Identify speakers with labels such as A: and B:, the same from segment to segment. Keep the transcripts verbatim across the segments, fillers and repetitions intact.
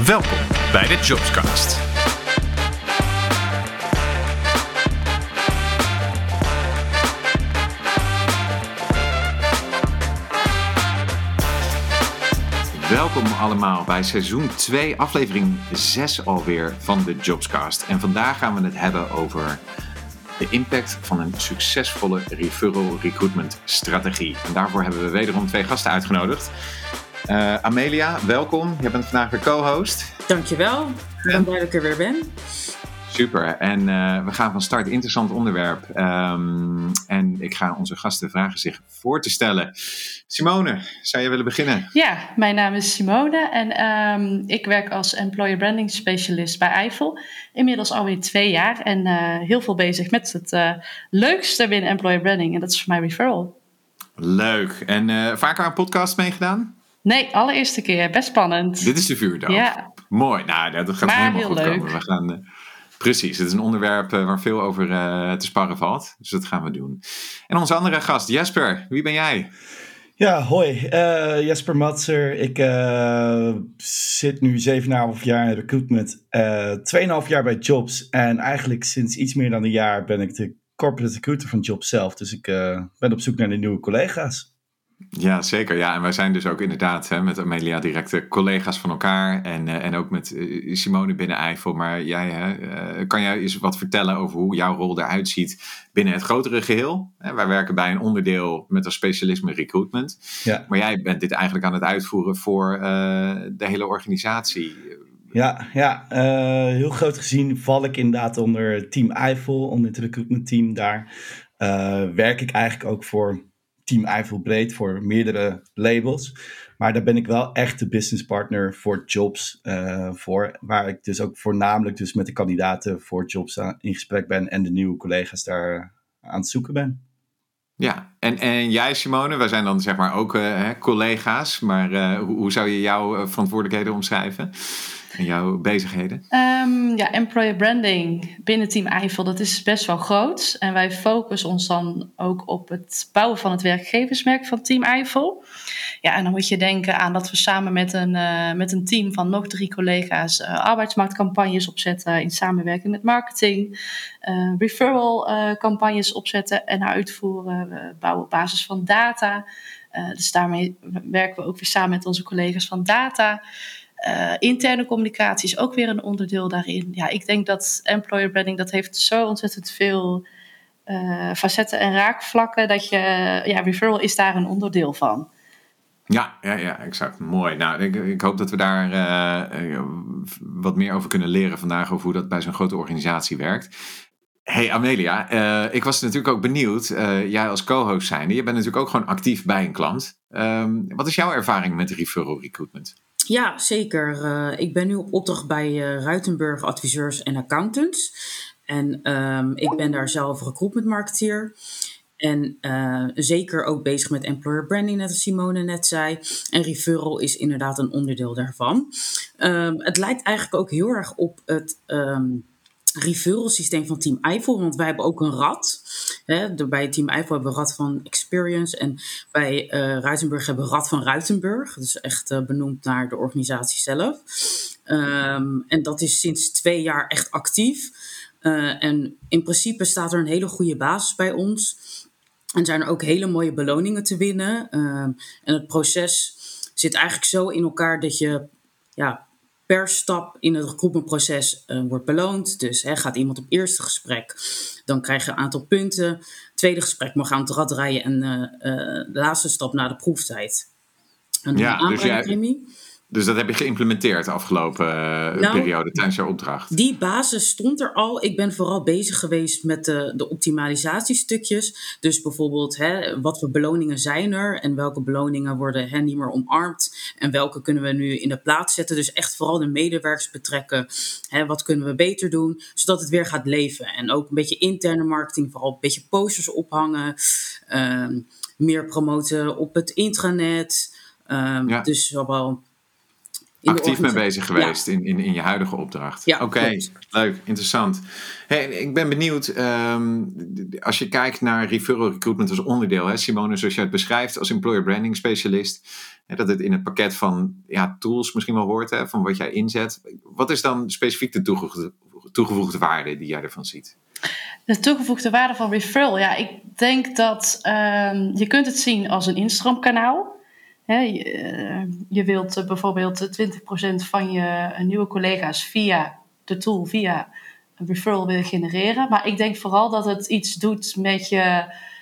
A: Welkom bij de Jobscast. Welkom allemaal bij seizoen twee, aflevering zes alweer van de Jobscast. En vandaag gaan we het hebben over de impact van een succesvolle referral recruitment strategie. En daarvoor hebben we wederom twee gasten uitgenodigd. Uh, Amelia, welkom. Jij bent vandaag weer co-host.
B: Dankjewel. Ik ben blij dat ik er weer ben.
A: Super. En uh, we gaan van start. Interessant onderwerp. Um, en ik ga onze gasten vragen zich voor te stellen. Simone, zou je willen beginnen?
C: Ja, mijn naam is Simone en um, ik werk als Employer Branding Specialist bij Eiffel. Inmiddels alweer twee jaar en uh, heel veel bezig met het uh, leukste binnen Employer Branding. En dat is voor mij referral.
A: Leuk. En uh, vaker aan podcast meegedaan?
C: Nee, allereerste keer. Best spannend.
A: Dit is de vuurdoop.
C: Ja.
A: Mooi. Nou, dat gaat
C: maar
A: helemaal
C: heel
A: goed
C: leuk.
A: komen. We gaan, uh, precies. Het is een onderwerp uh, waar veel over uh, te sparren valt. Dus dat gaan we doen. En onze andere gast, Jesper. Wie ben jij?
D: Ja, hoi. Uh, Jesper Matser. Ik uh, zit nu zeven komma vijf jaar in recruitment. Uh, twee komma vijf jaar bij Jobs. En eigenlijk sinds iets meer dan een jaar ben ik de corporate recruiter van Jobs zelf. Dus ik uh, ben op zoek naar de nieuwe collega's.
A: Ja, zeker. Ja, en wij zijn dus ook inderdaad hè, met Amelia directe collega's van elkaar. En, uh, en ook met uh, Simone binnen Eiffel. Maar jij, hè, uh, kan jij eens wat vertellen over hoe jouw rol eruit ziet binnen het grotere geheel? Hè, wij werken bij een onderdeel met als specialisme recruitment.
D: Ja.
A: Maar jij bent dit eigenlijk aan het uitvoeren voor uh, de hele organisatie.
D: Ja, ja uh, heel groot gezien val ik inderdaad onder Team Eiffel, onder het recruitment team daar. Uh, werk ik eigenlijk ook voor Team Eiffel breed, voor meerdere labels. Maar daar ben ik wel echt de business partner voor Jobs uh, voor. Waar ik dus ook voornamelijk dus met de kandidaten voor Jobs aan, in gesprek ben en de nieuwe collega's daar aan het zoeken ben.
A: Ja, en, en jij Simone, wij zijn dan zeg maar ook uh, hè, collega's. Maar uh, hoe, hoe zou je jouw uh, verantwoordelijkheden omschrijven? En jouw bezigheden?
C: Um, ja, employer branding binnen Team Eiffel, dat is best wel groot. En wij focussen ons dan ook op het bouwen van het werkgeversmerk van Team Eiffel. Ja, en dan moet je denken aan dat we samen met een, uh, met een team van nog drie collega's uh, arbeidsmarktcampagnes opzetten in samenwerking met marketing. Uh, referral uh, campagnes opzetten en uitvoeren. We bouwen op basis van data. Uh, dus daarmee werken we ook weer samen met onze collega's van data. Uh, interne communicatie is ook weer een onderdeel daarin. Ja, ik denk dat employer branding, dat heeft zo ontzettend veel uh, facetten en raakvlakken, dat je, ja, referral is daar een onderdeel van.
A: Ja, ja, ja, exact. Mooi. Nou, ik, ik hoop dat we daar uh, wat meer over kunnen leren vandaag, over hoe dat bij zo'n grote organisatie werkt. Hey Amelia, uh, ik was natuurlijk ook benieuwd, uh, jij als co-host zijnde, je bent natuurlijk ook gewoon actief bij een klant. Um, wat is jouw ervaring met referral recruitment?
B: Ja, zeker. Uh, ik ben nu op opdracht bij uh, Ruitenburg Adviseurs en Accountants. En um, ik ben daar zelf recruitment marketeer. En uh, zeker ook bezig met employer branding, net als Simone net zei. En referral is inderdaad een onderdeel daarvan. Um, het lijkt eigenlijk ook heel erg op het Um, referral systeem van Team Eiffel, want wij hebben ook een rad. Hè, bij Team Eiffel hebben we een rad van experience en bij uh, Ruitenburg hebben we een rad van Ruitenburg. Dus echt uh, benoemd naar de organisatie zelf. Um, en dat is sinds twee jaar echt actief. Uh, en in principe staat er een hele goede basis bij ons. En zijn er ook hele mooie beloningen te winnen. Um, en het proces zit eigenlijk zo in elkaar dat je ja, per stap in het recruitmentproces uh, wordt beloond. Dus hè, gaat iemand op eerste gesprek, dan krijg je een aantal punten. Tweede gesprek mag aan het rad draaien en uh, uh, de laatste stap na de proeftijd. Een
A: ja, dus, jij,
B: premie.
A: dus dat heb je geïmplementeerd de afgelopen uh, nou, periode tijdens jouw opdracht?
B: Die basis stond er al. Ik ben vooral bezig geweest met de, de optimalisatiestukjes. Dus bijvoorbeeld, hè, wat voor beloningen zijn er en welke beloningen worden hè, niet meer omarmd en welke kunnen we nu in de plaats zetten. Dus echt vooral de medewerkers betrekken. Hè, wat kunnen we beter doen, zodat het weer gaat leven. En ook een beetje interne marketing, vooral een beetje posters ophangen, um, meer promoten op het intranet. Um, ja. Dus zowel in
A: actief
B: de
A: mee bezig geweest
B: ja.
A: in, in, in je huidige opdracht.
B: Ja,
A: Oké, okay, leuk, interessant. Hey, ik ben benieuwd, um, als je kijkt naar referral recruitment als onderdeel, hè, Simone, zoals jij het beschrijft als employer branding specialist, hè, dat het in het pakket van ja, tools misschien wel hoort, hè, van wat jij inzet. Wat is dan specifiek de toegevoegde, toegevoegde waarde die jij ervan ziet?
C: De toegevoegde waarde van referral, ja, ik denk dat um, je kunt het zien als een instroomkanaal. He, je, je wilt uh, bijvoorbeeld twintig procent van je uh, nieuwe collega's via de tool, via een referral willen genereren. Maar ik denk vooral dat het iets doet met je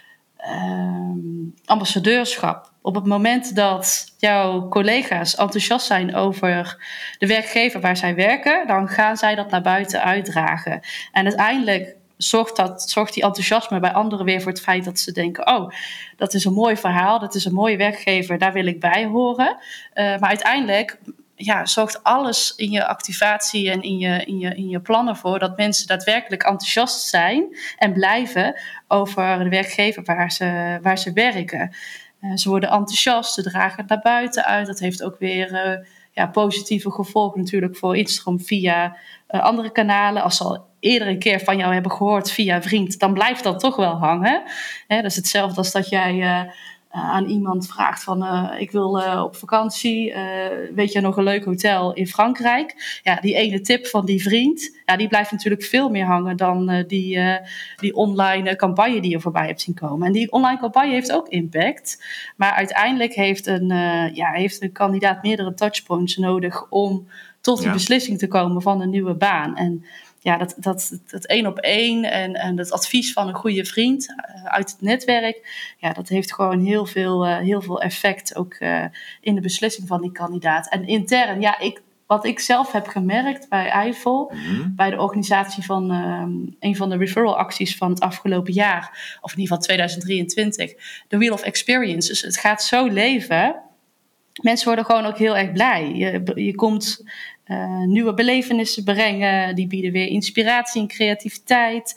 C: uh, ambassadeurschap. Op het moment dat jouw collega's enthousiast zijn over de werkgever waar zij werken, dan gaan zij dat naar buiten uitdragen. En uiteindelijk Zorgt, dat, zorgt die enthousiasme bij anderen weer voor het feit dat ze denken, oh, dat is een mooi verhaal, dat is een mooie werkgever, daar wil ik bij horen. Uh, maar uiteindelijk ja, zorgt alles in je activatie en in je, in, je, in je plannen voor dat mensen daadwerkelijk enthousiast zijn en blijven over de werkgever waar ze, waar ze werken. Uh, ze worden enthousiast, ze dragen het naar buiten uit. Dat heeft ook weer uh, ja, positieve gevolgen natuurlijk voor instroom via uh, andere kanalen. Als ze al eerder een keer van jou hebben gehoord via vriend, dan blijft dat toch wel hangen. He, dat is hetzelfde als dat jij uh, aan iemand vraagt van uh, ik wil uh, op vakantie, uh, weet je nog een leuk hotel in Frankrijk? Ja, die ene tip van die vriend, ja, die blijft natuurlijk veel meer hangen dan uh, die, uh, die online campagne die je voorbij hebt zien komen. En die online campagne heeft ook impact, maar uiteindelijk heeft een, uh, ja, heeft een kandidaat meerdere touchpoints nodig om tot die ja. beslissing te komen van een nieuwe baan. En ja, dat, dat, dat één op één en, en het advies van een goede vriend uh, uit het netwerk, ja, dat heeft gewoon heel veel, uh, heel veel effect ook uh, in de beslissing van die kandidaat. En intern, ja, ik, wat ik zelf heb gemerkt bij Eifel, mm-hmm. bij de organisatie van uh, een van de referral acties van het afgelopen jaar, of in ieder geval tweeduizend drieëntwintig, de Wheel of Experience. Dus het gaat zo leven. Mensen worden gewoon ook heel erg blij. Je, je komt uh, nieuwe belevenissen brengen. Die bieden weer inspiratie en creativiteit.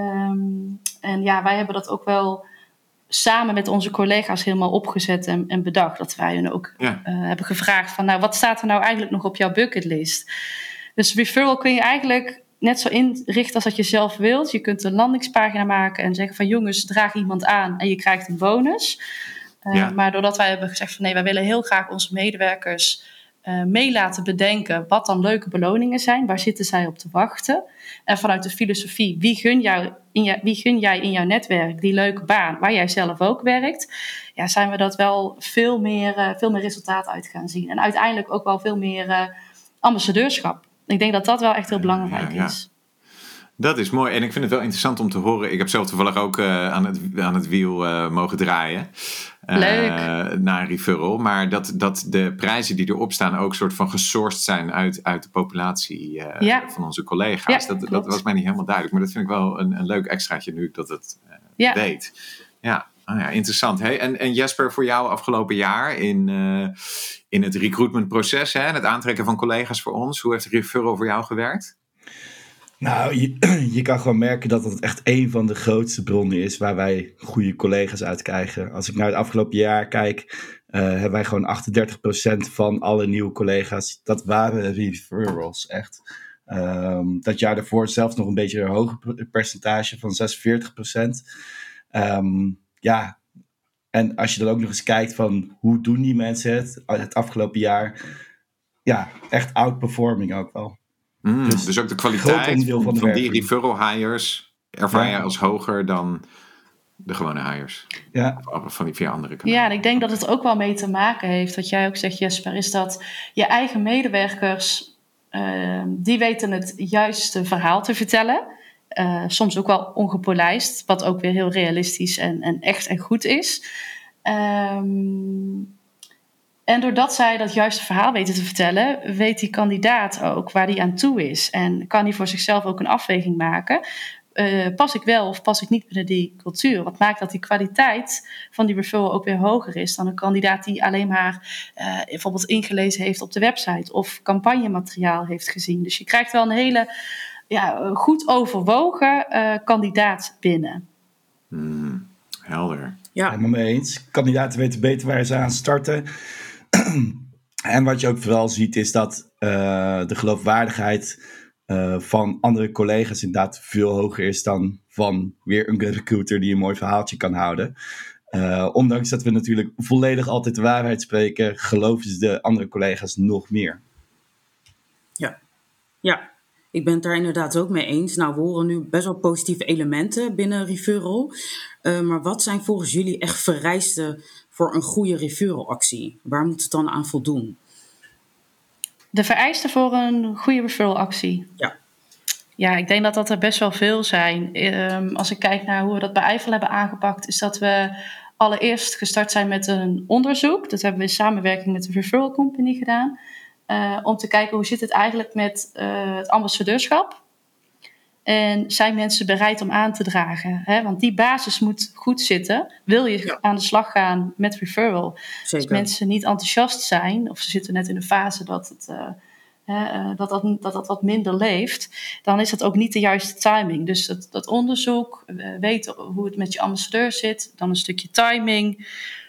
C: Um, en ja, wij hebben dat ook wel samen met onze collega's helemaal opgezet en, en bedacht. Dat wij hen ook ja. uh, hebben gevraagd van, nou, wat staat er nou eigenlijk nog op jouw bucketlist? Dus referral kun je eigenlijk net zo inrichten als dat je zelf wilt. Je kunt een landingspagina maken en zeggen van, jongens, draag iemand aan en je krijgt een bonus. Uh, ja. Maar doordat wij hebben gezegd van nee, wij willen heel graag onze medewerkers uh, mee laten bedenken wat dan leuke beloningen zijn, waar zitten zij op te wachten. En vanuit de filosofie, wie gun, jou in jou, wie gun jij in jouw netwerk die leuke baan waar jij zelf ook werkt, ja, zijn we dat wel veel meer, uh, veel meer resultaat uit gaan zien. En uiteindelijk ook wel veel meer uh, ambassadeurschap. Ik denk dat dat wel echt heel belangrijk ja, ja. is.
A: Dat is mooi en ik vind het wel interessant om te horen. Ik heb zelf toevallig ook uh, aan, het, aan het wiel uh, mogen draaien. Uh,
C: Leuk.
A: Naar referral. Maar dat, dat de prijzen die erop staan ook soort van gesourced zijn uit, uit de populatie uh, ja. van onze collega's. Ja, dat, dat was mij niet helemaal duidelijk. Maar dat vind ik wel een, een leuk extraatje nu ik dat het uh, ja. weet. Ja, oh ja, interessant. Hey, en, en Jesper, voor jou afgelopen jaar in, uh, in het recruitmentproces, hè, het aantrekken van collega's voor ons. Hoe heeft referral voor jou gewerkt?
D: Nou, je, je kan gewoon merken dat het echt een van de grootste bronnen is waar wij goede collega's uit krijgen. Als ik naar het afgelopen jaar kijk, uh, hebben wij gewoon achtendertig procent van alle nieuwe collega's. Dat waren referrals, echt. Um, dat jaar daarvoor zelfs nog een beetje een hoger percentage van zesenveertig procent. Um, ja, en als je dan ook nog eens kijkt van hoe doen die mensen het, het afgelopen jaar. Ja, echt outperforming ook wel.
A: Mm, dus, dus ook de kwaliteit van, van, van die referral hires ervaar ja. je als hoger dan de gewone hires.
D: Ja.
A: Van die via andere kanalen.
C: Ja, en ik denk dat het ook wel mee te maken heeft, wat jij ook zegt, Jesper, is dat je eigen medewerkers, uh, die weten het juiste verhaal te vertellen. Uh, soms ook wel ongepolijst, wat ook weer heel realistisch en, en echt en goed is. Um, En doordat zij dat juiste verhaal weten te vertellen, weet die kandidaat ook waar hij aan toe is. En kan hij voor zichzelf ook een afweging maken. Uh, pas ik wel of pas ik niet binnen die cultuur? Wat maakt dat die kwaliteit van die referral ook weer hoger is dan een kandidaat die alleen maar uh, bijvoorbeeld ingelezen heeft op de website of campagnemateriaal heeft gezien. Dus je krijgt wel een hele ja, goed overwogen uh, kandidaat binnen.
A: Hmm, helder.
D: Ja, helemaal mee eens. Kandidaten weten beter waar ze aan starten. En wat je ook vooral ziet is dat uh, de geloofwaardigheid uh, van andere collega's inderdaad veel hoger is dan van weer een recruiter die een mooi verhaaltje kan houden. Uh, ondanks dat we natuurlijk volledig altijd de waarheid spreken, geloven ze de andere collega's nog meer.
B: Ja, ja. Ik ben het daar inderdaad ook mee eens. Nou, we horen nu best wel positieve elementen binnen referral. Uh, maar wat zijn volgens jullie echt vereisten voor een goede referral actie? Waar moet het dan aan voldoen?
C: De vereisten voor een goede referral actie?
B: Ja.
C: Ja, ik denk dat dat er best wel veel zijn. Um, als ik kijk naar hoe we dat bij Eiffel hebben aangepakt, is dat we allereerst gestart zijn met een onderzoek. Dat hebben we in samenwerking met de Referral Company gedaan. Uh, om te kijken hoe zit het eigenlijk met uh, het ambassadeurschap. En zijn mensen bereid om aan te dragen? Hè? Want die basis moet goed zitten. Wil je ja. aan de slag gaan met referral? Zeker. Als mensen niet enthousiast zijn, of ze zitten net in een fase dat het, uh, uh, dat, dat, dat, dat wat minder leeft, dan is dat ook niet de juiste timing. Dus dat, dat onderzoek, uh, weten hoe het met je ambassadeur zit, dan een stukje timing.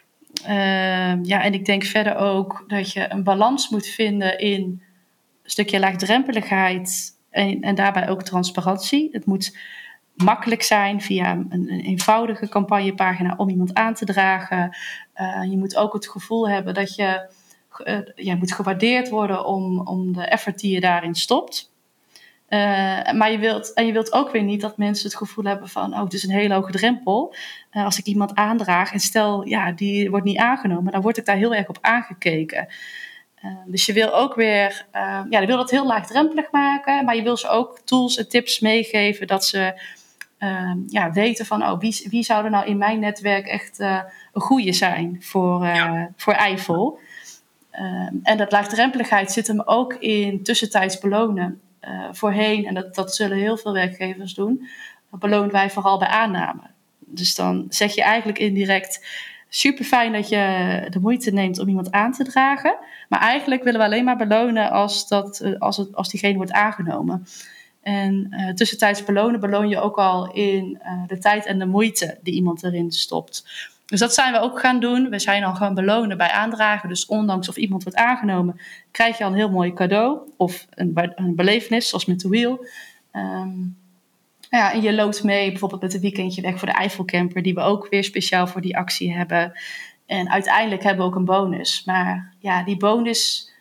C: Uh, ja, en ik denk verder ook dat je een balans moet vinden in een stukje laagdrempeligheid en, en daarbij ook transparantie. Het moet makkelijk zijn via een, een eenvoudige campagnepagina om iemand aan te dragen. Uh, je moet ook het gevoel hebben dat je, uh, je moet gewaardeerd worden om, om de effort die je daarin stopt. Uh, maar je wilt, en je wilt ook weer niet dat mensen het gevoel hebben van, oh, het is een hele hoge drempel. Uh, als ik iemand aandraag en stel, ja, die wordt niet aangenomen, dan word ik daar heel erg op aangekeken. Uh, dus je wil ook weer, uh, ja, je wil dat heel laagdrempelig maken, maar je wil ze ook tools en tips meegeven dat ze uh, ja, weten van, oh, wie, wie zou er nou in mijn netwerk echt uh, een goeie zijn voor, uh, ja. voor Eiffel. Uh, en dat laagdrempeligheid zit hem ook in tussentijds belonen. Uh, voorheen, en dat, dat zullen heel veel werkgevers doen, dat beloonen wij vooral bij aanname. Dus dan zeg je eigenlijk indirect, super fijn dat je de moeite neemt om iemand aan te dragen, maar eigenlijk willen we alleen maar belonen als, dat, als, het, als diegene wordt aangenomen. En uh, tussentijds belonen beloon je ook al in uh, de tijd en de moeite die iemand erin stopt. Dus dat zijn we ook gaan doen. We zijn al gaan belonen bij aandragen. Dus ondanks of iemand wordt aangenomen, krijg je al een heel mooi cadeau. Of een, een belevenis, zoals met de wheel. Um, ja, en je loopt mee bijvoorbeeld met een weekendje weg voor de Eiffelcamper, die we ook weer speciaal voor die actie hebben. En uiteindelijk hebben we ook een bonus. Maar ja, die bonus,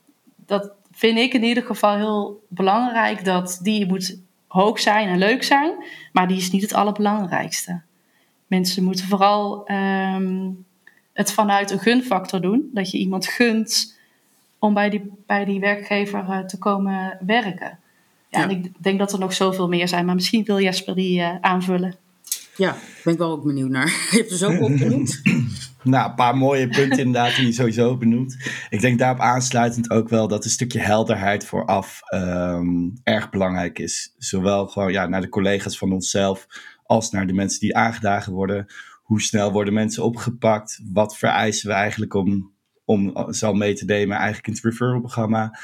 C: dat vind ik in ieder geval heel belangrijk. Dat die moet hoog zijn en leuk zijn, maar die is niet het allerbelangrijkste. Mensen moeten vooral um, het vanuit een gunfactor doen. Dat je iemand gunt om bij die, bij die werkgever uh, te komen werken. Ja, ja. En ik denk dat er nog zoveel meer zijn. Maar misschien wil Jesper die uh, aanvullen.
B: Ja, ben ik wel ook benieuwd naar. Je hebt er zo op benoemd.
D: Nou, een paar mooie punten inderdaad die je sowieso benoemt. Ik denk daarop aansluitend ook wel dat een stukje helderheid vooraf um, erg belangrijk is. Zowel gewoon ja, naar de collega's van onszelf als naar de mensen die aangedragen worden. Hoe snel worden mensen opgepakt? Wat vereisen we eigenlijk om, om ze al mee te nemen eigenlijk in het referral-programma?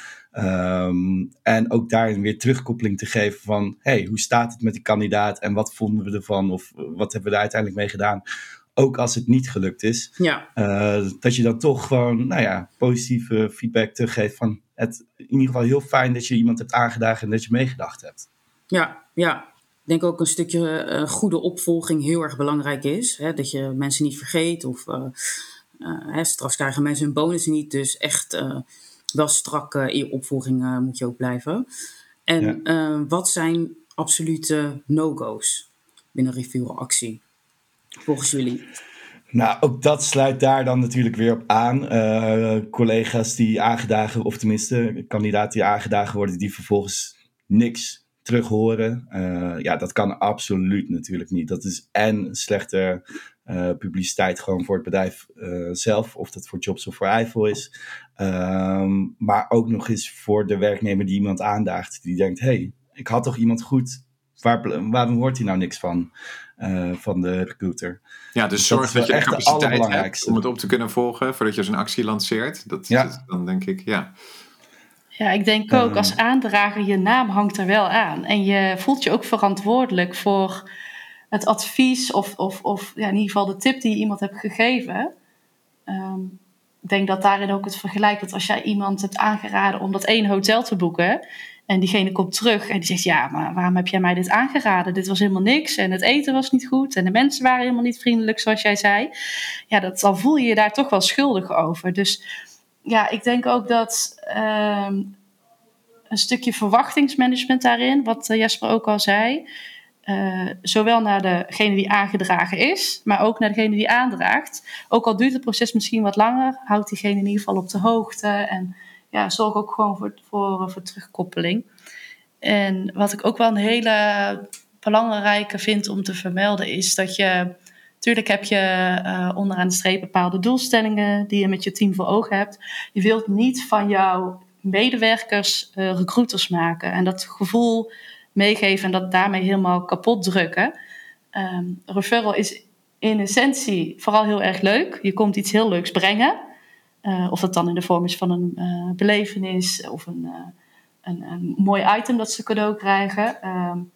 D: Um, en ook daarin weer terugkoppeling te geven van, hey, hoe staat het met die kandidaat en wat vonden we ervan of wat hebben we er uiteindelijk mee gedaan? Ook als het niet gelukt is.
B: Ja.
D: Uh, dat je dan toch gewoon, nou ja, positieve feedback teruggeeft van, het in ieder geval heel fijn dat je iemand hebt aangedragen en dat je meegedacht hebt.
B: Ja, ja. Ik denk ook een stukje uh, goede opvolging heel erg belangrijk is. Hè? Dat je mensen niet vergeet of uh, uh, hè, straks krijgen mensen hun bonus niet. Dus echt uh, wel strak uh, in je opvolging uh, moet je ook blijven. En ja. uh, wat zijn absolute no-go's binnen referral actie volgens jullie?
D: Nou, ook dat sluit daar dan natuurlijk weer op aan. Uh, collega's die aangedragen, of tenminste kandidaten die aangedragen worden, die vervolgens niks terug horen. Uh, ja, dat kan absoluut natuurlijk niet. Dat is en slechte uh, publiciteit gewoon voor het bedrijf uh, zelf, of dat voor Jobs of voor Eiffel is. Um, maar ook nog eens voor de werknemer die iemand aandaagt, die denkt, hé, hey, ik had toch iemand goed, Waar, waarom hoort hij nou niks van, uh, van de recruiter?
A: Ja, dus zorg dat, dat je de capaciteit hebt om het op te kunnen volgen voordat je zo'n actie lanceert. Dat ja. is het dan, denk ik, ja.
C: Ja, ik denk ook, als aandrager, je naam hangt er wel aan. En je voelt je ook verantwoordelijk voor het advies of, of, of ja, in ieder geval de tip die je iemand hebt gegeven. Um, ik denk dat daarin ook het vergelijk, dat als jij iemand hebt aangeraden om dat één hotel te boeken en diegene komt terug en die zegt, ja, maar waarom heb jij mij dit aangeraden? Dit was helemaal niks en het eten was niet goed en de mensen waren helemaal niet vriendelijk zoals jij zei. Ja, dat, dan voel je je daar toch wel schuldig over. Dus ja, ik denk ook dat uh, een stukje verwachtingsmanagement daarin, wat Jesper ook al zei, Uh, zowel naar degene die aangedragen is, maar ook naar degene die aandraagt. Ook al duurt het proces misschien wat langer, houdt diegene in ieder geval op de hoogte en ja, zorg ook gewoon voor, voor, voor terugkoppeling. En wat ik ook wel een hele belangrijke vind om te vermelden is dat je, natuurlijk heb je uh, onderaan de streep bepaalde doelstellingen die je met je team voor ogen hebt. Je wilt niet van jouw medewerkers uh, recruiters maken en dat gevoel meegeven en dat daarmee helemaal kapot drukken. Um, referral is in essentie vooral heel erg leuk. Je komt iets heel leuks brengen. Uh, of dat dan in de vorm is van een uh, belevenis of een, uh, een, een mooi item dat ze cadeau krijgen. Um,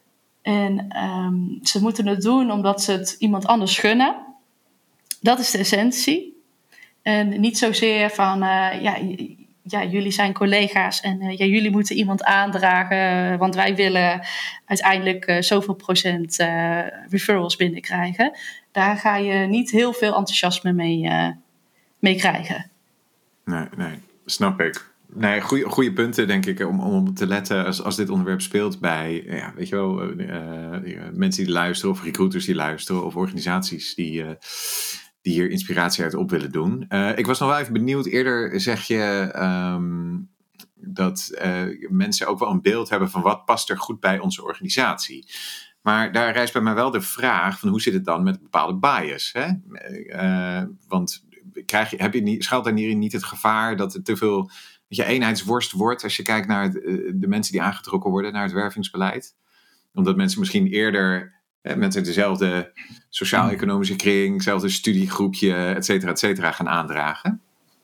C: en um, ze moeten het doen omdat ze het iemand anders gunnen. Dat is de essentie. En niet zozeer van uh, ja, ja, jullie zijn collega's en uh, ja, jullie moeten iemand aandragen, want wij willen uiteindelijk uh, zoveel procent uh, referrals binnenkrijgen. Daar ga je niet heel veel enthousiasme mee, uh, mee krijgen.
A: Nee, nee, snap ik. Nee, goede, goede punten denk ik om, om op te letten als, als dit onderwerp speelt bij, ja, weet je wel, uh, uh, mensen die luisteren of recruiters die luisteren of organisaties die, uh, die hier inspiratie uit op willen doen. Uh, ik was nog wel even benieuwd, eerder zeg je um, dat uh, mensen ook wel een beeld hebben van wat past er goed bij onze organisatie. Maar daar rijst bij mij wel de vraag van hoe zit het dan met een bepaalde bias? Hè? Uh, want krijg je, heb je niet, schuilt daar niet het gevaar dat er te veel dat je eenheidsworst wordt als je kijkt naar het, de mensen die aangetrokken worden naar het wervingsbeleid? Omdat mensen misschien eerder hè, met dezelfde sociaal-economische kring, hetzelfde studiegroepje, et cetera, et cetera, gaan aandragen?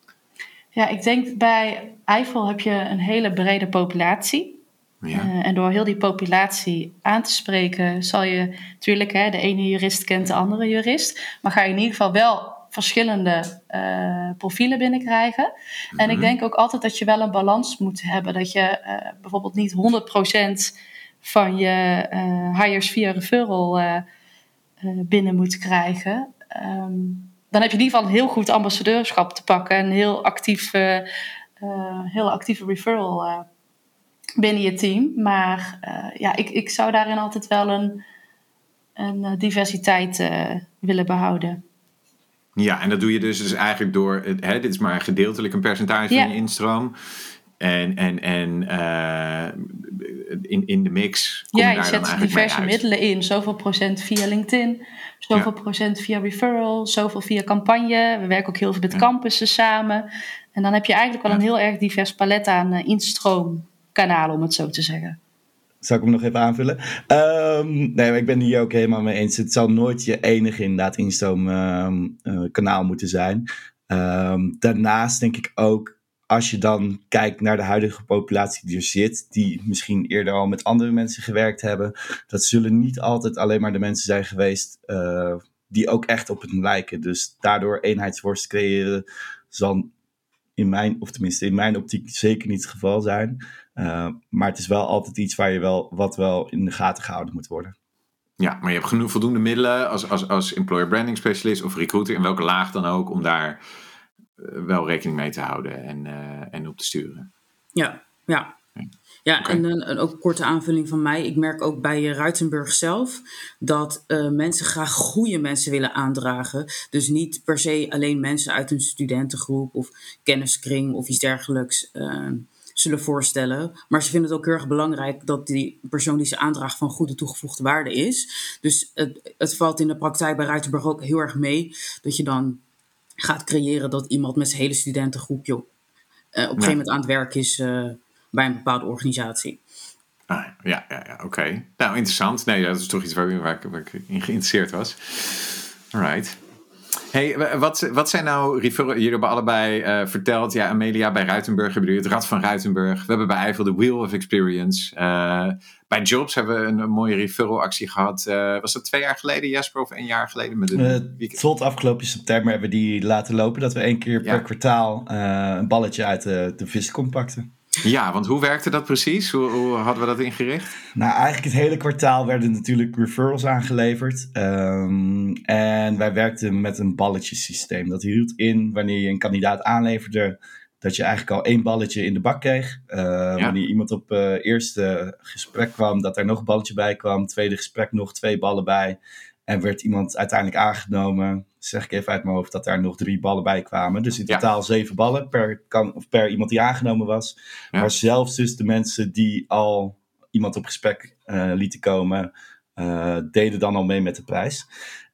C: Ja, ik denk bij Eiffel heb je een hele brede populatie. Ja. Uh, en door heel die populatie aan te spreken zal je natuurlijk, hè, de ene jurist kent de andere jurist, maar ga je in ieder geval wel verschillende uh, profielen binnenkrijgen. Mm-hmm. En ik denk ook altijd dat je wel een balans moet hebben. Dat je uh, bijvoorbeeld niet honderd procent van je uh, hires via referral uh, uh, binnen moet krijgen. Um, dan heb je in ieder geval een heel goed ambassadeurschap te pakken. Een heel actief, uh, uh, heel actieve referral uh, binnen je team. Maar uh, ja, ik, ik zou daarin altijd wel een, een diversiteit uh, willen behouden.
A: Ja, en dat doe je dus, dus eigenlijk door, hè, dit is maar gedeeltelijk een percentage
C: ja.
A: van je instroom. En, en, en uh, in, in de mix kom
C: ja,
A: je daar
C: je
A: dan
C: zet
A: eigenlijk
C: diverse
A: mee uit.
C: middelen in. Zoveel procent via LinkedIn, zoveel ja. procent via referral, zoveel via campagne. We werken ook heel veel met ja. campussen samen. En dan heb je eigenlijk wel ja. een heel erg divers palet aan uh, instroomkanalen, om het zo te zeggen.
D: Zal ik hem nog even aanvullen? Um, nee, maar ik ben hier ook helemaal mee eens. Het zal nooit je enige inderdaad instroomkanaal um, uh, moeten zijn. Um, daarnaast denk ik ook, als je dan kijkt naar de huidige populatie die er zit, die misschien eerder al met andere mensen gewerkt hebben, dat zullen niet altijd alleen maar de mensen zijn geweest uh, die ook echt op het lijken. Dus daardoor eenheidsworst creëren zal in mijn, of tenminste in mijn optiek zeker niet het geval zijn. Uh, maar het is wel altijd iets waar je wel, wat wel in de gaten gehouden moet worden.
A: Ja, maar je hebt genoeg voldoende middelen als, als, als employer branding specialist of recruiter, in welke laag dan ook, om daar uh, wel rekening mee te houden en, uh, en op te sturen.
B: Ja, ja. Ja, okay. en, een, en ook een korte aanvulling van mij. Ik merk ook bij Ruitenburg zelf dat uh, mensen graag goede mensen willen aandragen. Dus niet per se alleen mensen uit een studentengroep of kenniskring of iets dergelijks uh, zullen voorstellen. Maar ze vinden het ook heel erg belangrijk dat die persoon die ze aandraagt van goede toegevoegde waarde is. Dus het, het valt in de praktijk bij Ruitenburg ook heel erg mee dat je dan gaat creëren dat iemand met zijn hele studentengroepje uh, op een gegeven ja. moment aan het werk is uh, bij een bepaalde organisatie.
A: Ah, ja, ja, ja oké. Okay. Nou, interessant. Nee, dat is toch iets waar, waar, ik, waar ik in geïnteresseerd was. Alright. Hey, wat, wat zijn nou referrals? Jullie hebben allebei uh, verteld. Ja, Amelia, bij Ruitenburg hebben jullie het Rad van Ruitenburg. We hebben bij Eifel de Wheel of Experience. Uh, bij Jobs hebben we een, een mooie referral actie gehad. Uh, was dat twee jaar geleden, Jesper, of een jaar geleden? Met een
D: uh, tot afgelopen september hebben we die laten lopen. Dat we één keer ja. per kwartaal uh, een balletje uit de, de viskom pakten.
A: Ja, want hoe werkte dat precies? Hoe, hoe hadden we dat ingericht?
D: Nou, eigenlijk het hele kwartaal werden natuurlijk referrals aangeleverd. Um, en wij werkten met een balletjesysteem. Dat hield in, wanneer je een kandidaat aanleverde, dat je eigenlijk al één balletje in de bak kreeg. Uh, ja. Wanneer iemand op uh, eerste gesprek kwam, dat er nog een balletje bij kwam. Tweede gesprek nog twee ballen bij. En werd iemand uiteindelijk aangenomen, zeg ik even uit mijn hoofd, dat daar nog drie ballen bij kwamen. Dus in totaal ja. zeven ballen per, kan, of per iemand die aangenomen was. Ja. Maar zelfs dus de mensen die al iemand op gesprek uh, lieten komen, uh, deden dan al mee met de prijs.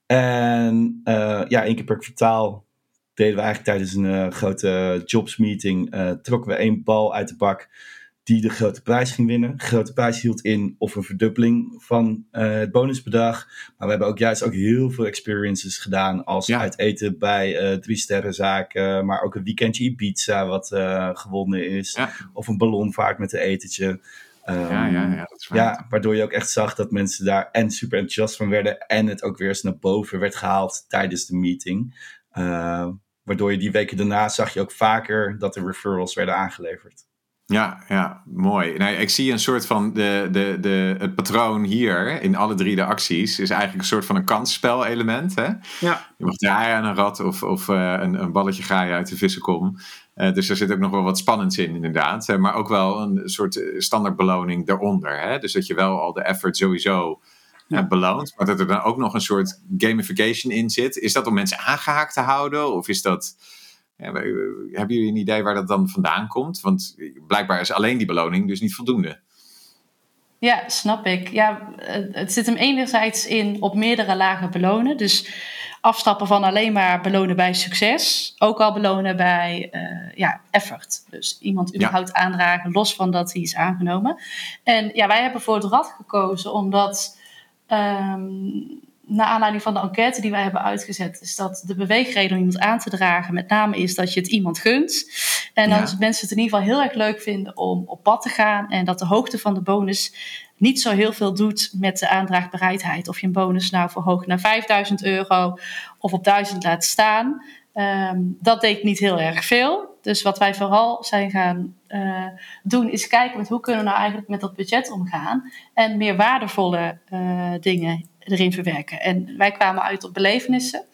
D: En uh, ja, één keer per kwartaal deden we eigenlijk tijdens een uh, grote jobsmeeting, uh, trokken we één bal uit de bak die de grote prijs ging winnen. De grote prijs hield in of een verdubbeling van uh, het bonusbedrag. Maar we hebben ook juist ook heel veel experiences gedaan. Als ja. uit eten bij uh, drie sterrenzaken. Maar ook een weekendje Ibiza wat uh, gewonnen is. Ja. Of een ballonvaart met een etentje. Um,
A: ja, ja, ja, dat is waar.
D: Ja, waardoor je ook echt zag dat mensen daar en super enthousiast van werden. En het ook weer eens naar boven werd gehaald tijdens de meeting. Uh, waardoor je die weken daarna zag je ook vaker dat er referrals werden aangeleverd.
A: Ja, ja, mooi. Nou, ik zie een soort van de, de, de, het patroon hier in alle drie de acties is eigenlijk een soort van een kansspel-element. Hè? Ja. Je mag draaien aan een rad of, of uh, een, een balletje graaien uit de vissenkom. Uh, dus er zit ook nog wel wat spannends in, inderdaad. Uh, maar ook wel een soort standaardbeloning daaronder. Hè? Dus dat je wel al de effort sowieso ja. uh, beloont. Maar dat er dan ook nog een soort gamification in zit. Is dat om mensen aangehaakt te houden? Of is dat... Ja, hebben jullie een idee waar dat dan vandaan komt? Want blijkbaar is alleen die beloning dus niet voldoende.
C: Ja, snap ik. Ja, het zit hem enerzijds in op meerdere lagen belonen. Dus afstappen van alleen maar belonen bij succes. Ook al belonen bij uh, ja, effort. Dus iemand überhaupt ja. aandragen los van dat hij is aangenomen. En ja, wij hebben voor het rad gekozen omdat... Um, naar aanleiding van de enquête die wij hebben uitgezet, is dat de beweegreden om iemand aan te dragen met name is dat je het iemand gunt. En ja. dat mensen het in ieder geval heel erg leuk vinden om op pad te gaan en dat de hoogte van de bonus niet zo heel veel doet met de aandraagbereidheid. Of je een bonus nou verhoogt naar vijfduizend euro of op duizend laat staan. Um, dat deed niet heel erg veel. Dus wat wij vooral zijn gaan uh, doen is kijken met hoe kunnen we nou eigenlijk met dat budget omgaan en meer waardevolle uh, dingen erin verwerken. En wij kwamen uit op belevenissen.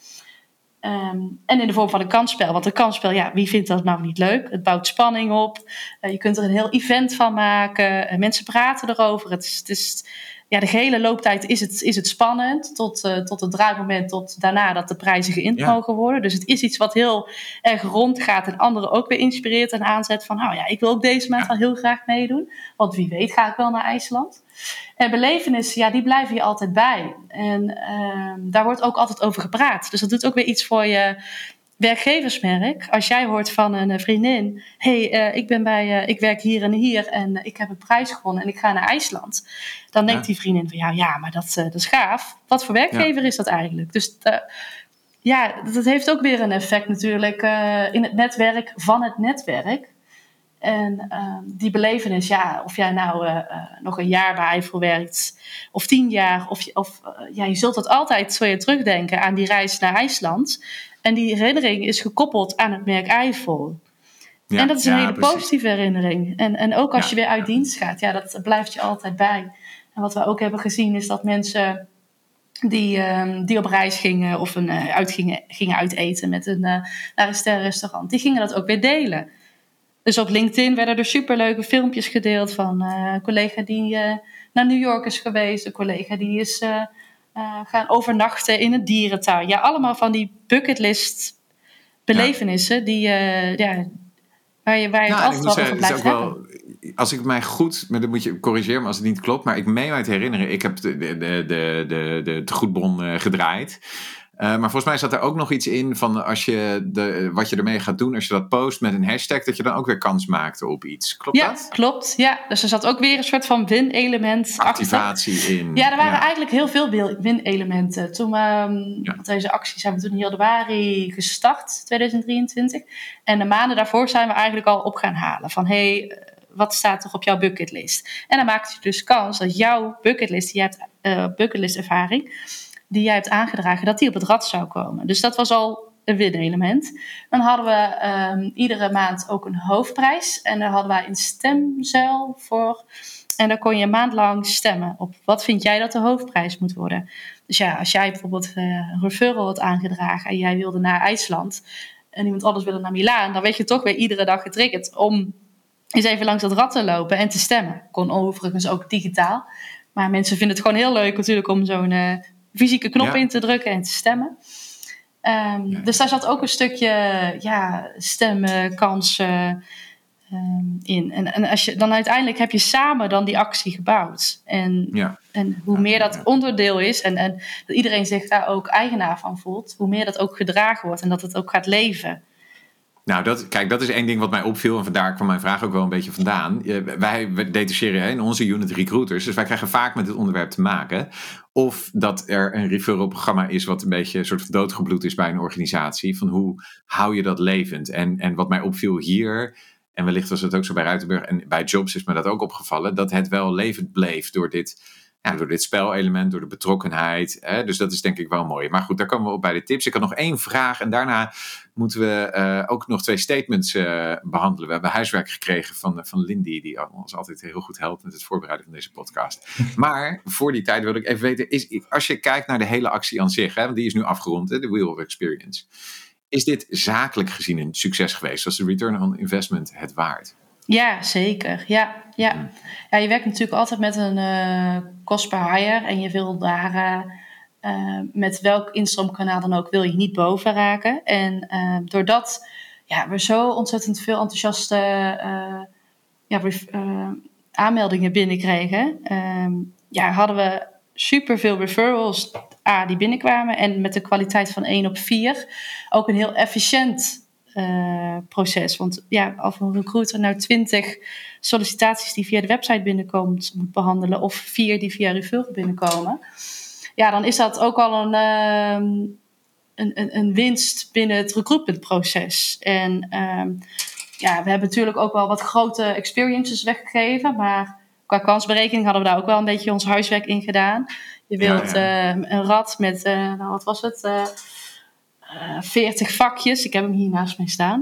C: Um, en in de vorm van een kansspel. Want een kansspel, ja, wie vindt dat nou niet leuk? Het bouwt spanning op. Uh, je kunt er een heel event van maken. Uh, mensen praten erover. Het is, het is, ja, de gehele looptijd is het, is het spannend. Tot, uh, tot het draaimoment, tot daarna dat de prijzen geïnd ja. mogen worden. Dus het is iets wat heel erg rondgaat. En anderen ook weer inspireert en aanzet van... nou ja, ik wil ook deze maand ja. wel heel graag meedoen. Want wie weet ga ik wel naar IJsland. En belevenissen, ja, die blijven je altijd bij. En uh, daar wordt ook altijd over gepraat. Dus dat doet ook weer iets voor je werkgeversmerk. Als jij hoort van een vriendin... hé, hey, uh, ik ben bij, uh, ik werk hier en hier... en uh, ik heb een prijs gewonnen en ik ga naar IJsland. Dan denkt ja. die vriendin van... ja, ja maar dat, uh, dat is gaaf. Wat voor werkgever ja. is dat eigenlijk? Dus uh, ja, dat heeft ook weer een effect natuurlijk... Uh, in het netwerk van het netwerk... En uh, die belevenis, ja, of jij nou uh, uh, nog een jaar bij Eifel werkt of tien jaar, of, of uh, ja, je zult dat altijd zo je terugdenken aan die reis naar IJsland. En die herinnering is gekoppeld aan het merk Eifel. Ja, en dat is een ja, hele precies. positieve herinnering. En, en ook als ja, je weer uit dienst gaat, ja, dat blijft je altijd bij. En wat we ook hebben gezien is dat mensen die, um, die op reis gingen of een, uh, uit gingen, gingen uiteten met een, uh, naar een sterrenrestaurant, die gingen dat ook weer delen. Dus op LinkedIn werden er superleuke filmpjes gedeeld van uh, een collega die uh, naar New York is geweest. Een collega die is uh, uh, gaan overnachten in een dierentuin. Ja, allemaal van die bucketlist belevenissen ja. die, uh, ja, waar je, waar je nou, het altijd wel over blijft hebben.
A: Als ik mij goed, maar dan moet je corrigeren als het niet klopt. Maar ik meen mij te herinneren, ik heb de, de, de, de, de, de tegoedbon uh, gedraaid. maar volgens mij zat er ook nog iets in van als je de, wat je ermee gaat doen, als je dat post met een hashtag, dat je dan ook weer kans maakt op iets. Klopt
C: ja,
A: dat?
C: Ja, klopt. Ja. Dus er zat ook weer een soort van win-element
A: activatie
C: achter.
A: in.
C: Ja, er waren
A: ja.
C: eigenlijk heel veel win-elementen. Toen um, ja. Deze actie zijn we toen in januari gestart, tweeduizend drieëntwintig. En de maanden daarvoor zijn we eigenlijk al op gaan halen. Van hey, wat staat er op jouw bucketlist? En dan maakt je dus kans dat jouw bucketlist, die je hebt, uh, bucketlist ervaring, die jij hebt aangedragen, dat die op het rad zou komen. Dus dat was al een win-element. Dan hadden we um, iedere maand ook een hoofdprijs. En daar hadden wij een stemcel voor. En daar kon je een maand lang stemmen op wat vind jij dat de hoofdprijs moet worden. Dus ja, als jij bijvoorbeeld uh, een referral had aangedragen en jij wilde naar IJsland en iemand anders wilde naar Milaan, dan werd je toch weer iedere dag getriggerd om eens even langs dat rad te lopen en te stemmen. Kon overigens ook digitaal. Maar mensen vinden het gewoon heel leuk natuurlijk om zo'n uh, fysieke knop ja. in te drukken en te stemmen. Um, ja. Dus daar zat ook een stukje ja, stemmen, kansen um, in. En, en als je, dan uiteindelijk heb je samen dan die actie gebouwd. En, ja. en hoe ja, meer dat ja. onderdeel is en, en dat iedereen zich daar ook eigenaar van voelt, hoe meer dat ook gedragen wordt en dat het ook gaat leven.
A: Nou, dat, kijk, dat is één ding wat mij opviel. En vandaar kwam mijn vraag ook wel een beetje vandaan. Wij, wij detacheren hè, in onze unit recruiters. Dus wij krijgen vaak met dit onderwerp te maken. Of dat er een referral programma is wat een beetje een soort van doodgebloed is bij een organisatie. Van hoe hou je dat levend? En, en wat mij opviel hier, en wellicht was het ook zo bij Ruitenburg en bij Jobs is me dat ook opgevallen, dat het wel levend bleef door dit... Ja, door dit spelelement, door de betrokkenheid. Hè? Dus dat is denk ik wel mooi. Maar goed, daar komen we op bij de tips. Ik had nog één vraag en daarna moeten we uh, ook nog twee statements uh, behandelen. We hebben huiswerk gekregen van, van Lindy, die ons altijd heel goed helpt met het voorbereiden van deze podcast. Maar voor die tijd wil ik even weten, is, als je kijkt naar de hele actie aan zich, hè, want die is nu afgerond, hè, de Wheel of Experience. Is dit zakelijk gezien een succes geweest? Was de return on investment het waard?
C: Ja, zeker. Ja, ja. ja, je werkt natuurlijk altijd met een uh, cost per hire. En je wil daar uh, uh, met welk instroomkanaal dan ook wil je niet boven raken. En uh, doordat ja, we zo ontzettend veel enthousiaste uh, ja, uh, aanmeldingen binnenkregen, uh, ja, hadden we superveel referrals A, die binnenkwamen. En met de kwaliteit van één op vier ook een heel efficiënt Uh, proces. Want ja, als een recruiter nou twintig sollicitaties die via de website binnenkomt moet behandelen, of vier die via referral binnenkomen, ja, dan is dat ook al een, uh, een, een, een winst binnen het recruitmentproces. En um, ja, we hebben natuurlijk ook wel wat grote experiences weggegeven, maar qua kansberekening hadden we daar ook wel een beetje ons huiswerk in gedaan. Je wilt ja, ja. Uh, een rad met, uh, nou wat was het? Uh, Uh, veertig vakjes. Ik heb hem hier naast mij staan.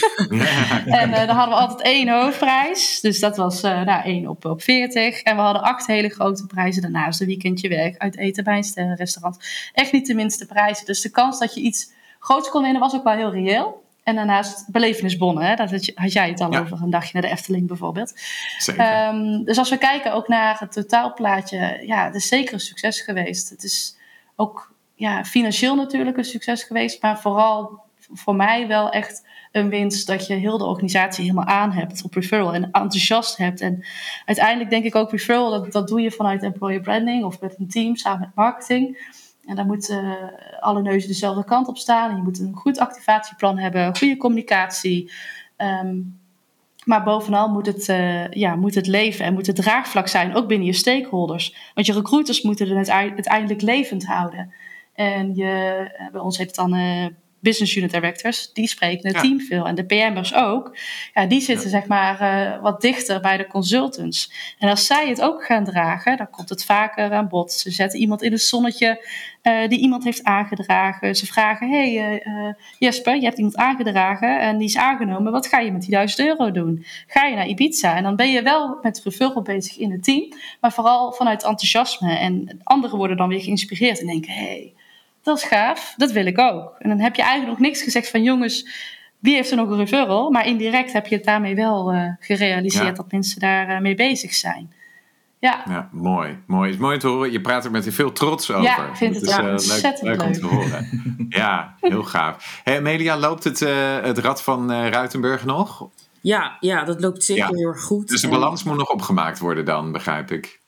C: Ja. En uh, dan hadden we altijd één hoofdprijs. Dus dat was uh, nou, één op, op veertig. En we hadden acht hele grote prijzen. Daarnaast een weekendje weg, uit eten bij een sterrenrestaurant. Echt niet de minste prijzen. Dus de kans dat je iets groots kon winnen was ook wel heel reëel. En daarnaast belevenisbonnen. Hè? Dat had jij het al ja. over, een dagje naar de Efteling bijvoorbeeld. Zeker. Um, dus als we kijken ook naar het totaalplaatje. Ja, het is zeker een succes geweest. Het is ook... Ja, financieel natuurlijk een succes geweest, maar vooral voor mij wel echt een winst dat je heel de organisatie helemaal aan hebt op referral en enthousiast hebt. En uiteindelijk denk ik ook referral, dat, dat doe je vanuit employer branding of met een team samen met marketing. En daar moeten uh, alle neuzen dezelfde kant op staan. En je moet een goed activatieplan hebben, goede communicatie. Um, maar bovenal moet het, uh, ja, moet het leven en moet het draagvlak zijn, ook binnen je stakeholders. Want je recruiters moeten het uiteindelijk levend houden. En je, bij ons heet het dan uh, business unit directors. Die spreken het ja. team veel. En de P M'ers ook. Ja, die zitten ja. zeg maar uh, wat dichter bij de consultants. En als zij het ook gaan dragen, dan komt het vaker aan bod. Ze zetten iemand in het zonnetje uh, die iemand heeft aangedragen. Ze vragen, hey uh, uh, Jesper, je hebt iemand aangedragen en die is aangenomen. Wat ga je met die duizend euro doen? Ga je naar Ibiza? En dan ben je wel met referral bezig in het team. Maar vooral vanuit enthousiasme. En anderen worden dan weer geïnspireerd en denken, hey, dat is gaaf, dat wil ik ook. En dan heb je eigenlijk nog niks gezegd van jongens, wie heeft er nog een referral? Maar indirect heb je het daarmee wel uh, gerealiseerd ja. dat mensen daar uh, mee bezig zijn. Ja.
A: ja, mooi. Mooi. Het is mooi te horen. Je praat er met veel trots over.
C: Ja, ik vind het
A: is,
C: ja,
A: uh,
C: ontzettend leuk.
A: leuk om te horen. Ja, heel gaaf. Hey, Amelia, loopt het, uh, het rad van uh, Ruitenburg nog?
B: Ja, ja, dat loopt zeker ja. heel erg goed.
A: Dus de balans en... moet nog opgemaakt worden dan, begrijp ik.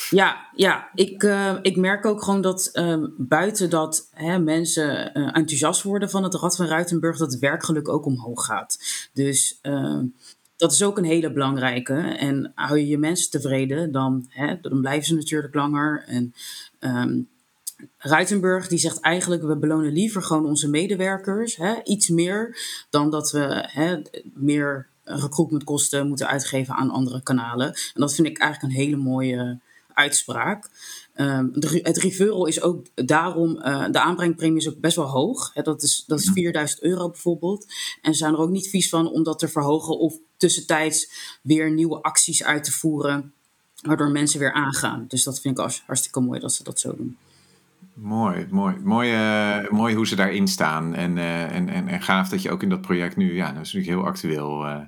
B: Ja, ja. Ik, uh, ik merk ook gewoon dat uh, buiten dat hè, mensen uh, enthousiast worden van het Rad van Ruitenburg, dat het werkgeluk ook omhoog gaat. Dus uh, dat is ook een hele belangrijke. En hou je je mensen tevreden, dan, hè, dan blijven ze natuurlijk langer. En um, Ruitenburg die zegt eigenlijk, we belonen liever gewoon onze medewerkers, hè, iets meer dan dat we hè, meer recruitmentkosten moeten uitgeven aan andere kanalen. En dat vind ik eigenlijk een hele mooie uitspraak. Um, de, het referral is ook daarom, uh, de aanbrengpremie is ook best wel hoog. Hè, dat is, dat is vierduizend euro bijvoorbeeld. En ze zijn er ook niet vies van om dat te verhogen of tussentijds weer nieuwe acties uit te voeren, waardoor mensen weer aangaan. Dus dat vind ik hartstikke mooi dat ze dat zo doen.
A: Mooi, mooi. Mooi, uh, mooi hoe ze daarin staan. En, uh, en, en, en gaaf dat je ook in dat project nu, ja, dat is natuurlijk heel actueel, uh,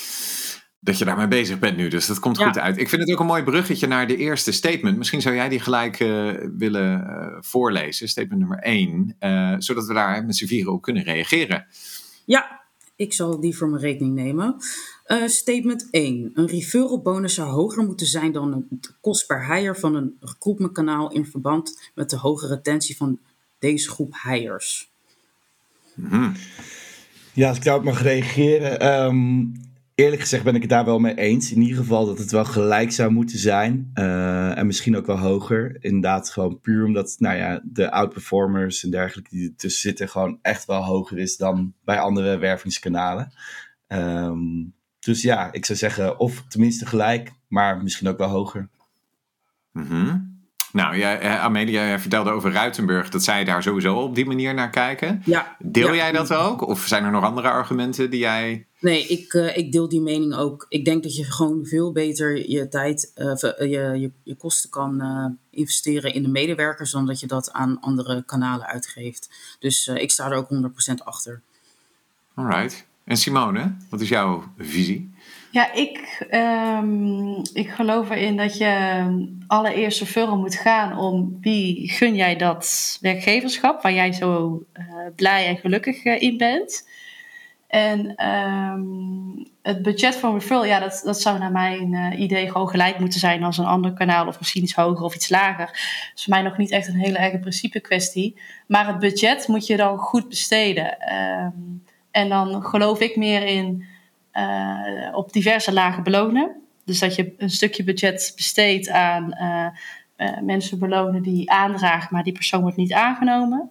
A: dat je daarmee bezig bent nu. Dus dat komt ja. goed uit. Ik vind het ook een mooi bruggetje naar de eerste statement. Misschien zou jij die gelijk uh, willen uh, voorlezen, statement nummer één, uh, zodat we daar met z'n vieren op kunnen reageren.
B: Ja, ik zal die voor mijn rekening nemen. Uh, statement één. Een referral bonus zou hoger moeten zijn dan de kost per hire van een recruitmentkanaal in verband met de hoge retentie van deze groep hires.
A: Mm-hmm.
D: Ja, als ik daarop mag reageren. Um, eerlijk gezegd ben ik het daar wel mee eens. In ieder geval dat het wel gelijk zou moeten zijn. Uh, en misschien ook wel hoger. Inderdaad gewoon puur omdat nou ja, de outperformers en dergelijke die ertussen zitten gewoon echt wel hoger is dan bij andere wervingskanalen. Um, Dus ja, ik zou zeggen of tenminste gelijk, maar misschien ook wel hoger.
A: Mm-hmm. Nou, ja, Amelia, jij vertelde over Ruitenburg, dat zij daar sowieso op die manier naar kijken.
B: Ja.
A: Deel
B: ja.
A: jij dat ook? Of zijn er nog andere argumenten die jij...
B: Nee, ik, uh, ik deel die mening ook. Ik denk dat je gewoon veel beter je tijd, uh, je, je, je kosten kan uh, investeren in de medewerkers dan dat je dat aan andere kanalen uitgeeft. Dus uh, ik sta er ook honderd procent achter.
A: Alright. En Simone, wat is jouw visie?
C: Ja, ik, um, ik geloof erin dat je allereerst zoveel moet gaan om wie gun jij dat werkgeverschap waar jij zo uh, blij en gelukkig uh, in bent. En um, het budget voor een referral, ja, dat, dat zou naar mijn uh, idee gewoon gelijk moeten zijn als een ander kanaal of misschien iets hoger of iets lager. Dat is voor mij nog niet echt een hele erge principe kwestie. Maar het budget moet je dan goed besteden. Um, En dan geloof ik meer in uh, op diverse lagen belonen. Dus dat je een stukje budget besteedt aan uh, uh, mensen belonen die aandragen, maar die persoon wordt niet aangenomen.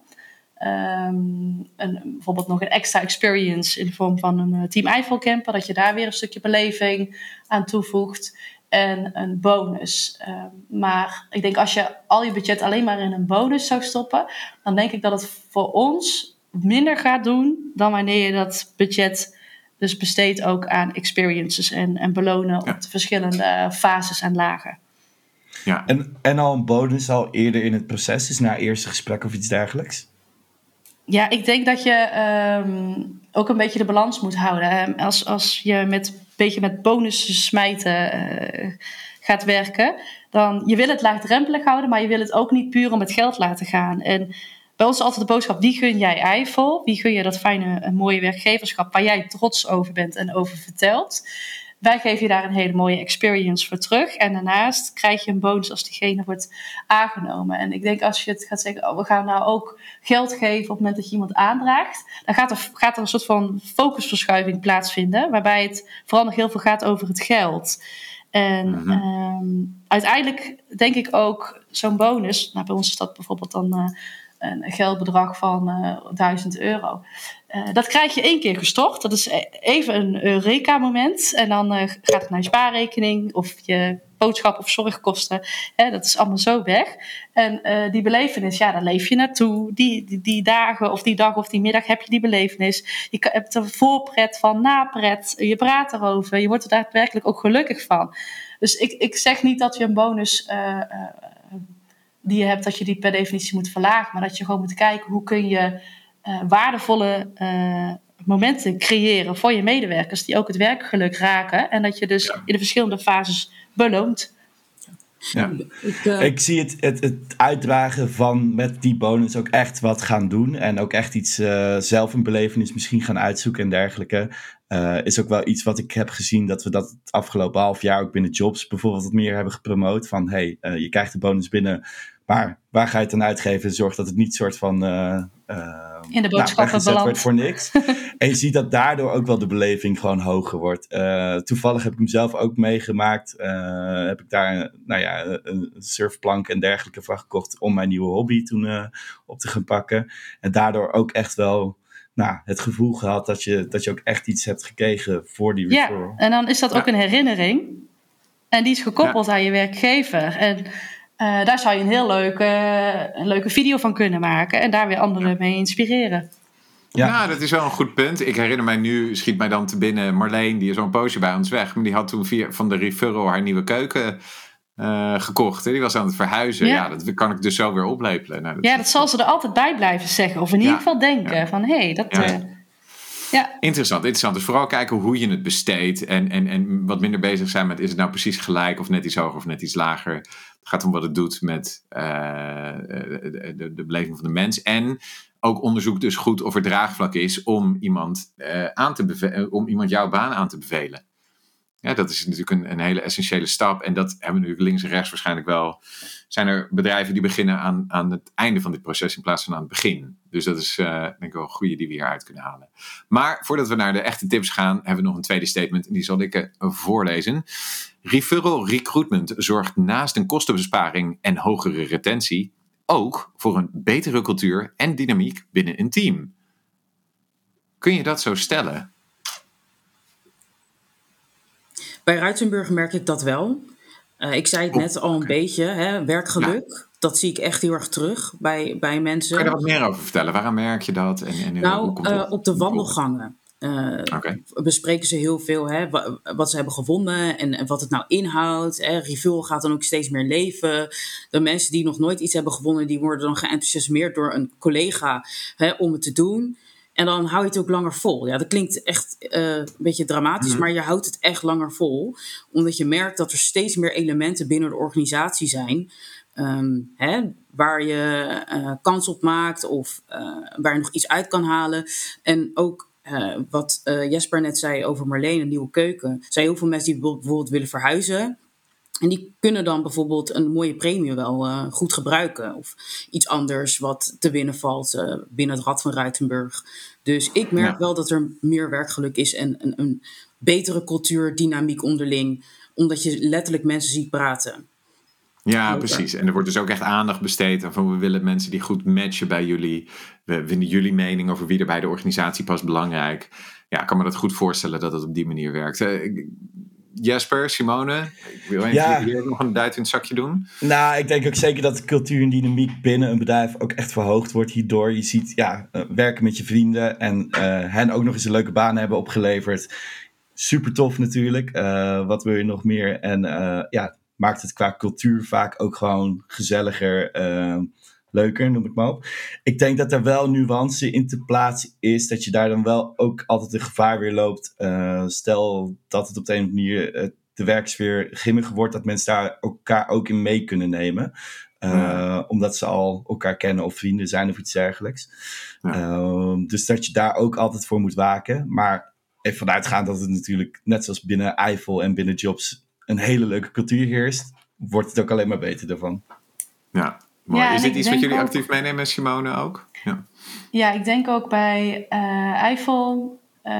C: Um, een, bijvoorbeeld nog een extra experience in de vorm van een uh, Team Eiffel camper. Dat je daar weer een stukje beleving aan toevoegt. En een bonus. Uh, maar ik denk als je al je budget alleen maar in een bonus zou stoppen, dan denk ik dat het voor ons minder gaat doen dan wanneer je dat budget dus besteedt ook aan experiences en, en belonen ja. op de verschillende fases en lagen.
D: Ja. En, en al een bonus al eerder in het proces, dus na eerste gesprek of iets dergelijks?
C: Ja, ik denk dat je um, ook een beetje de balans moet houden. Als, als je met een beetje met bonussen smijten uh, gaat werken, dan je wil het laagdrempelig houden, maar je wil het ook niet puur om het geld laten gaan. En bij ons is altijd de boodschap, wie gun jij Eiffel? Wie gun je dat fijne, een mooie werkgeverschap waar jij trots over bent en over vertelt? Wij geven je daar een hele mooie experience voor terug. En daarnaast krijg je een bonus als diegene wordt aangenomen. En ik denk als je het gaat zeggen, oh, we gaan nou ook geld geven op het moment dat je iemand aandraagt, dan gaat er, gaat er een soort van focusverschuiving plaatsvinden, waarbij het vooral nog heel veel gaat over het geld. En mm-hmm. um, uiteindelijk denk ik ook zo'n bonus, nou bij ons is dat bijvoorbeeld dan Uh, een geldbedrag van uh, duizend euro. Uh, dat krijg je één keer gestort. Dat is even een Eureka-moment. En dan uh, gaat het naar je spaarrekening of je boodschap of zorgkosten. Hè, dat is allemaal zo weg. En uh, die belevenis, ja, daar leef je naartoe. Die, die, die dagen of die dag of die middag heb je die belevenis. Je hebt er voorpret van, napret. Je praat erover. Je wordt er daadwerkelijk ook gelukkig van. Dus ik, ik zeg niet dat je een bonus Uh, uh, die je hebt, dat je die per definitie moet verlagen. Maar dat je gewoon moet kijken hoe kun je uh, waardevolle uh, momenten creëren voor je medewerkers die ook het werkgeluk raken. En dat je dus in de verschillende fases beloont.
A: Ja.
D: Ik, uh... ik zie het, het, het uitdragen van met die bonus ook echt wat gaan doen. En ook echt iets uh, zelf een belevenis misschien gaan uitzoeken en dergelijke. Uh, is ook wel iets wat ik heb gezien dat we dat het afgelopen half jaar ook binnen Jobs bijvoorbeeld wat meer hebben gepromoot. Van hey, uh, je krijgt de bonus binnen, maar waar ga je het dan uitgeven? Zorg dat het niet soort van uh, uh,
C: in de boodschappen
D: nou, wordt voor niks. En je ziet dat daardoor ook wel de beleving gewoon hoger wordt. Uh, toevallig heb ik hem zelf ook meegemaakt. Uh, heb ik daar nou ja, een surfplank en dergelijke van gekocht om mijn nieuwe hobby toen uh, op te gaan pakken. En daardoor ook echt wel nou, het gevoel gehad dat je, dat je ook echt iets hebt gekregen voor die referral.
C: Ja, en dan is dat ja. ook een herinnering. En die is gekoppeld ja. aan je werkgever. En uh, daar zou je een heel leuke, een leuke video van kunnen maken. En daar weer anderen ja. mee inspireren.
A: Ja. ja, dat is wel een goed punt. Ik herinner mij nu, schiet mij dan te binnen, Marleen, die is al een poosje bij ons weg. Maar die had toen via, van de referral haar nieuwe keuken uh, gekocht. Hè. Die was aan het verhuizen. Ja. ja, dat kan ik dus zo weer oplepelen. Nou, dat
C: ja, dat zal ze er altijd bij blijven zeggen. Of in ja. ieder geval denken ja. van, hé, hey, dat... Ja. Uh,
A: Ja. Interessant, interessant. Dus vooral kijken hoe je het besteedt. En, en, en wat minder bezig zijn met is het nou precies gelijk of net iets hoger of net iets lager. Het gaat om wat het doet met uh, de, de, de beleving van de mens. En ook onderzoek dus goed of er draagvlak is om iemand, uh, aan te beve- om iemand jouw baan aan te bevelen. Ja, dat is natuurlijk een, een hele essentiële stap. En dat hebben we nu links en rechts waarschijnlijk wel. Zijn er bedrijven die beginnen aan, aan het einde van dit proces in plaats van aan het begin. Dus dat is uh, denk ik wel een goede die we hieruit kunnen halen. Maar voordat we naar de echte tips gaan, hebben we nog een tweede statement. En die zal ik uh, voorlezen. Referral recruitment zorgt naast een kostenbesparing en hogere retentie ook voor een betere cultuur en dynamiek binnen een team. Kun je dat zo stellen?
B: Bij Ruitenburg merk ik dat wel. Uh, ik zei het net al een okay. beetje, hè, werkgeluk. Ja. Dat zie ik echt heel erg terug bij, bij mensen.
A: Kan je daar wat meer over vertellen? Waaraan merk je dat? En, en
B: nou, hoe komt uh, op de wandelgangen uh, okay. bespreken ze heel veel hè, wat, wat ze hebben gewonnen en, en wat het nou inhoudt. Hè. Referral gaat dan ook steeds meer leven. De mensen die nog nooit iets hebben gewonnen, die worden dan geenthousiasmeerd door een collega hè, om het te doen. En dan hou je het ook langer vol. Ja, dat klinkt echt uh, een beetje dramatisch, mm-hmm. maar je houdt het echt langer vol. Omdat je merkt dat er steeds meer elementen binnen de organisatie zijn. Um, hè, waar je uh, kans op maakt of uh, waar je nog iets uit kan halen. En ook uh, wat uh, Jesper net zei over Marleen, een nieuwe keuken. Er zijn heel veel mensen die bijvoorbeeld willen verhuizen. En die kunnen dan bijvoorbeeld een mooie premie wel uh, goed gebruiken. Of iets anders wat te winnen valt uh, binnen het Rad van Ruitenburg. Dus ik merk ja. wel dat er meer werkgeluk is en een, een betere cultuur, dynamiek onderling. Omdat je letterlijk mensen ziet praten.
A: Ja, Leuk. precies. En er wordt dus ook echt aandacht besteed aan van we willen mensen die goed matchen bij jullie. We vinden jullie mening over wie er bij de organisatie past belangrijk. Ja, ik kan me dat goed voorstellen dat het op die manier werkt. Uh, Jesper, Simone, ik wil even ja. hier nog een duit in het zakje doen.
D: Nou, ik denk ook zeker dat de cultuur en dynamiek binnen een bedrijf ook echt verhoogd wordt hierdoor. Je ziet, ja, uh, werken met je vrienden en uh, hen ook nog eens een leuke baan hebben opgeleverd. Super tof natuurlijk. Uh, wat wil je nog meer? En uh, ja, maakt het qua cultuur vaak ook gewoon gezelliger, uh, leuker, noem ik maar op. Ik denk dat er wel nuance in te plaatsen is, dat je daar dan wel ook altijd de gevaar weer loopt. Uh, stel dat het op de een of andere manier uh, de werksfeer grimmig wordt, dat mensen daar elkaar ook in mee kunnen nemen. Uh, ja. Omdat ze al elkaar kennen of vrienden zijn of iets dergelijks. Ja. Uh, dus dat je daar ook altijd voor moet waken. Maar even vanuitgaan dat het natuurlijk, net zoals binnen Eiffel en binnen Jobs, een hele leuke cultuur heerst, wordt het ook alleen maar beter daarvan.
A: Ja. Mooi. Ja, is dit iets wat jullie ook actief meenemen, Simone, ook? Ja,
C: ja ik denk ook bij uh, Eiffel.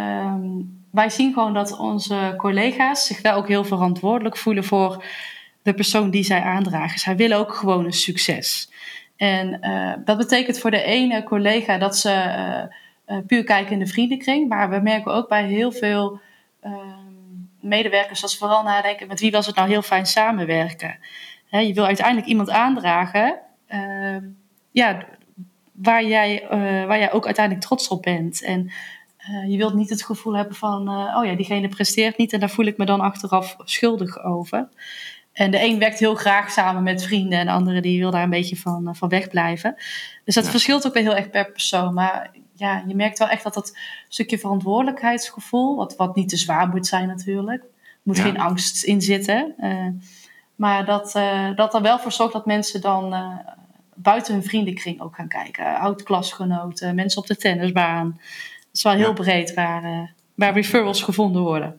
C: Um, wij zien gewoon dat onze collega's zich wel ook heel verantwoordelijk voelen voor de persoon die zij aandragen. Zij willen ook gewoon een succes. En uh, dat betekent voor de ene collega dat ze uh, uh, puur kijken in de vriendenkring. Maar we merken ook bij heel veel uh, medewerkers dat ze vooral nadenken met wie was het nou heel fijn samenwerken. He, je wil uiteindelijk iemand aandragen uh, ja, waar, jij, uh, waar jij ook uiteindelijk trots op bent. En uh, je wilt niet het gevoel hebben van, uh, oh ja, diegene presteert niet en daar voel ik me dan achteraf schuldig over. En de een werkt heel graag samen met vrienden en de andere die wil daar een beetje van, uh, van wegblijven. Dus dat ja. verschilt ook weer heel erg per persoon. Maar ja, je merkt wel echt dat dat stukje verantwoordelijkheidsgevoel, wat, wat niet te zwaar moet zijn natuurlijk, moet ja. geen angst in zitten. Uh, Maar dat, uh, dat er wel voor zorgt dat mensen dan uh, buiten hun vriendenkring ook gaan kijken. Oud-klasgenoten, mensen op de tennisbaan. Het is wel heel ja. breed waar, uh, waar referrals gevonden worden.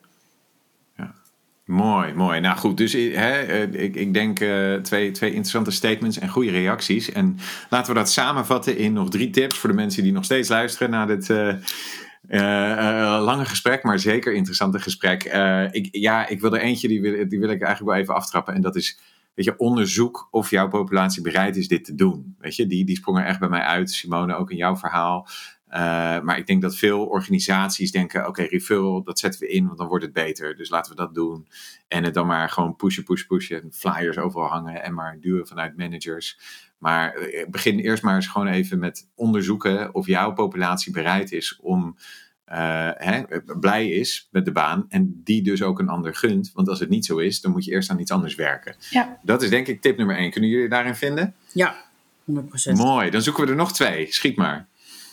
A: Mooi, mooi. Nou goed, dus hè, ik, ik denk uh, twee, twee interessante statements en goede reacties. En laten we dat samenvatten in nog drie tips voor de mensen die nog steeds luisteren naar dit uh, uh, uh, lange gesprek, maar zeker interessante gesprek. Uh, ik, ja, ik wil er eentje, die wil, die wil ik eigenlijk wel even aftrappen. En dat is, weet je, onderzoek of jouw populatie bereid is dit te doen. Weet je, die, die sprong er echt bij mij uit, Simone, ook in jouw verhaal. Uh, maar ik denk dat veel organisaties denken, oké, okay, referral, dat zetten we in, want dan wordt het beter. Dus laten we dat doen. En het dan maar gewoon pushen, pushen, pushen. Flyers overal hangen en maar duwen vanuit managers. Maar uh, begin eerst maar eens gewoon even met onderzoeken of jouw populatie bereid is om, uh, hè, blij is met de baan. En die dus ook een ander gunt. Want als het niet zo is, dan moet je eerst aan iets anders werken.
C: Ja.
A: Dat is denk ik tip nummer één. Kunnen jullie daarin vinden?
B: Ja, honderd procent.
A: Mooi, dan zoeken we er nog twee. Schiet maar.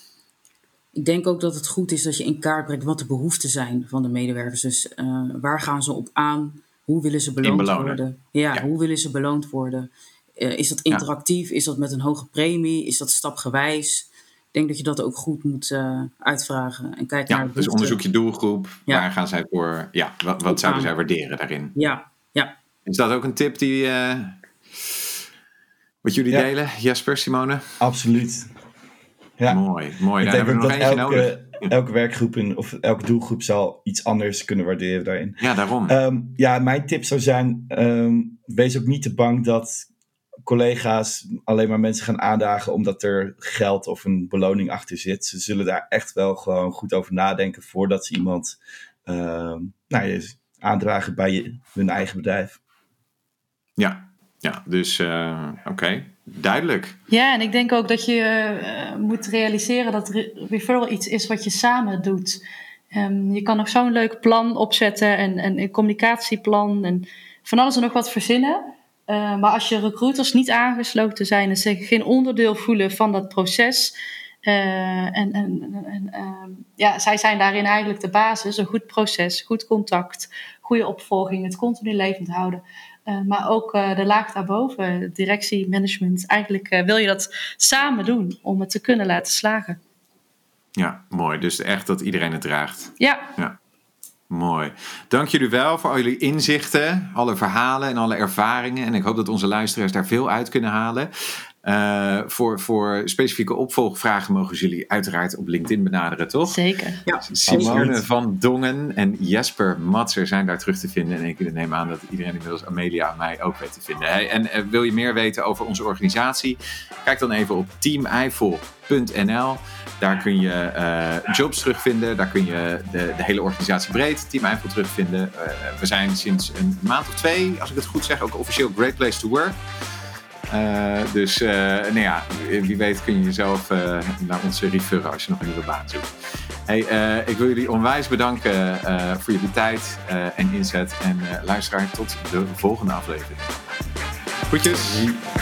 B: Ik denk ook dat het goed is dat je in kaart brengt wat de behoeften zijn van de medewerkers. Dus uh, waar gaan ze op aan? Hoe willen ze beloond worden? Ja, ja, hoe willen ze beloond worden? Uh, is dat interactief? Ja. Is dat met een hoge premie? Is dat stapgewijs? Ik denk dat je dat ook goed moet uh, uitvragen. En kijken
A: ja,
B: naar
A: dus onderzoek je doelgroep. Ja. Waar gaan zij voor? Ja, wat, wat zouden zij waarderen daarin?
B: Ja, ja.
A: Is dat ook een tip die uh, wat jullie ja. delen? Jesper, Simone?
D: Absoluut. Ja.
A: Mooi, mooi.
D: Ik
A: Daar
D: denk
A: hebben we nog eentje
D: elke,
A: nodig.
D: Elke werkgroep in, of elke doelgroep zal iets anders kunnen waarderen daarin.
A: Ja, daarom.
D: Um, ja, mijn tip zou zijn, um, wees ook niet te bang dat collega's alleen maar mensen gaan aandagen omdat er geld of een beloning achter zit. Ze zullen daar echt wel gewoon goed over nadenken voordat ze iemand um, nou, ja, aandragen bij je, hun eigen bedrijf.
A: Ja, ja dus uh, oké. Okay. Duidelijk.
C: Ja, en ik denk ook dat je uh, moet realiseren dat re- referral iets is wat je samen doet. Um, je kan nog zo'n leuk plan opzetten en, en een communicatieplan en van alles en nog wat verzinnen. Uh, maar als je recruiters niet aangesloten zijn en zich geen onderdeel voelen van dat proces. Uh, en en, en uh, ja, zij zijn daarin eigenlijk de basis. Een goed proces, goed contact, goede opvolging, het continu levend houden. Uh, maar ook uh, de laag daarboven, directie, management. Eigenlijk uh, wil je dat samen doen om het te kunnen laten slagen.
A: Ja, mooi. Dus echt dat iedereen het draagt.
C: Ja.
A: ja. Mooi. Dank jullie wel voor al jullie inzichten, alle verhalen en alle ervaringen. En ik hoop dat onze luisteraars daar veel uit kunnen halen. Uh, voor, voor specifieke opvolgvragen mogen jullie uiteraard op LinkedIn benaderen, toch?
C: Zeker.
A: Ja, Simone van Dongen en Jesper Matser zijn daar terug te vinden. En ik neem aan dat iedereen inmiddels Amelia en mij ook weet te vinden. Hey, en uh, wil je meer weten over onze organisatie? Kijk dan even op team eifel punt n l. Daar kun je uh, jobs terugvinden. Daar kun je de, de hele organisatie breed, Team Eifel, terugvinden. Uh, we zijn sinds een maand of twee, als ik het goed zeg, ook officieel Great Place to Work. Uh, dus uh, nou ja, wie weet kun je jezelf uh, naar ons refereren als je nog een nieuwe baan zoekt. Hey, uh, ik wil jullie onwijs bedanken uh, voor jullie tijd uh, en inzet. En uh, luisteraar, tot de volgende aflevering. Groetjes!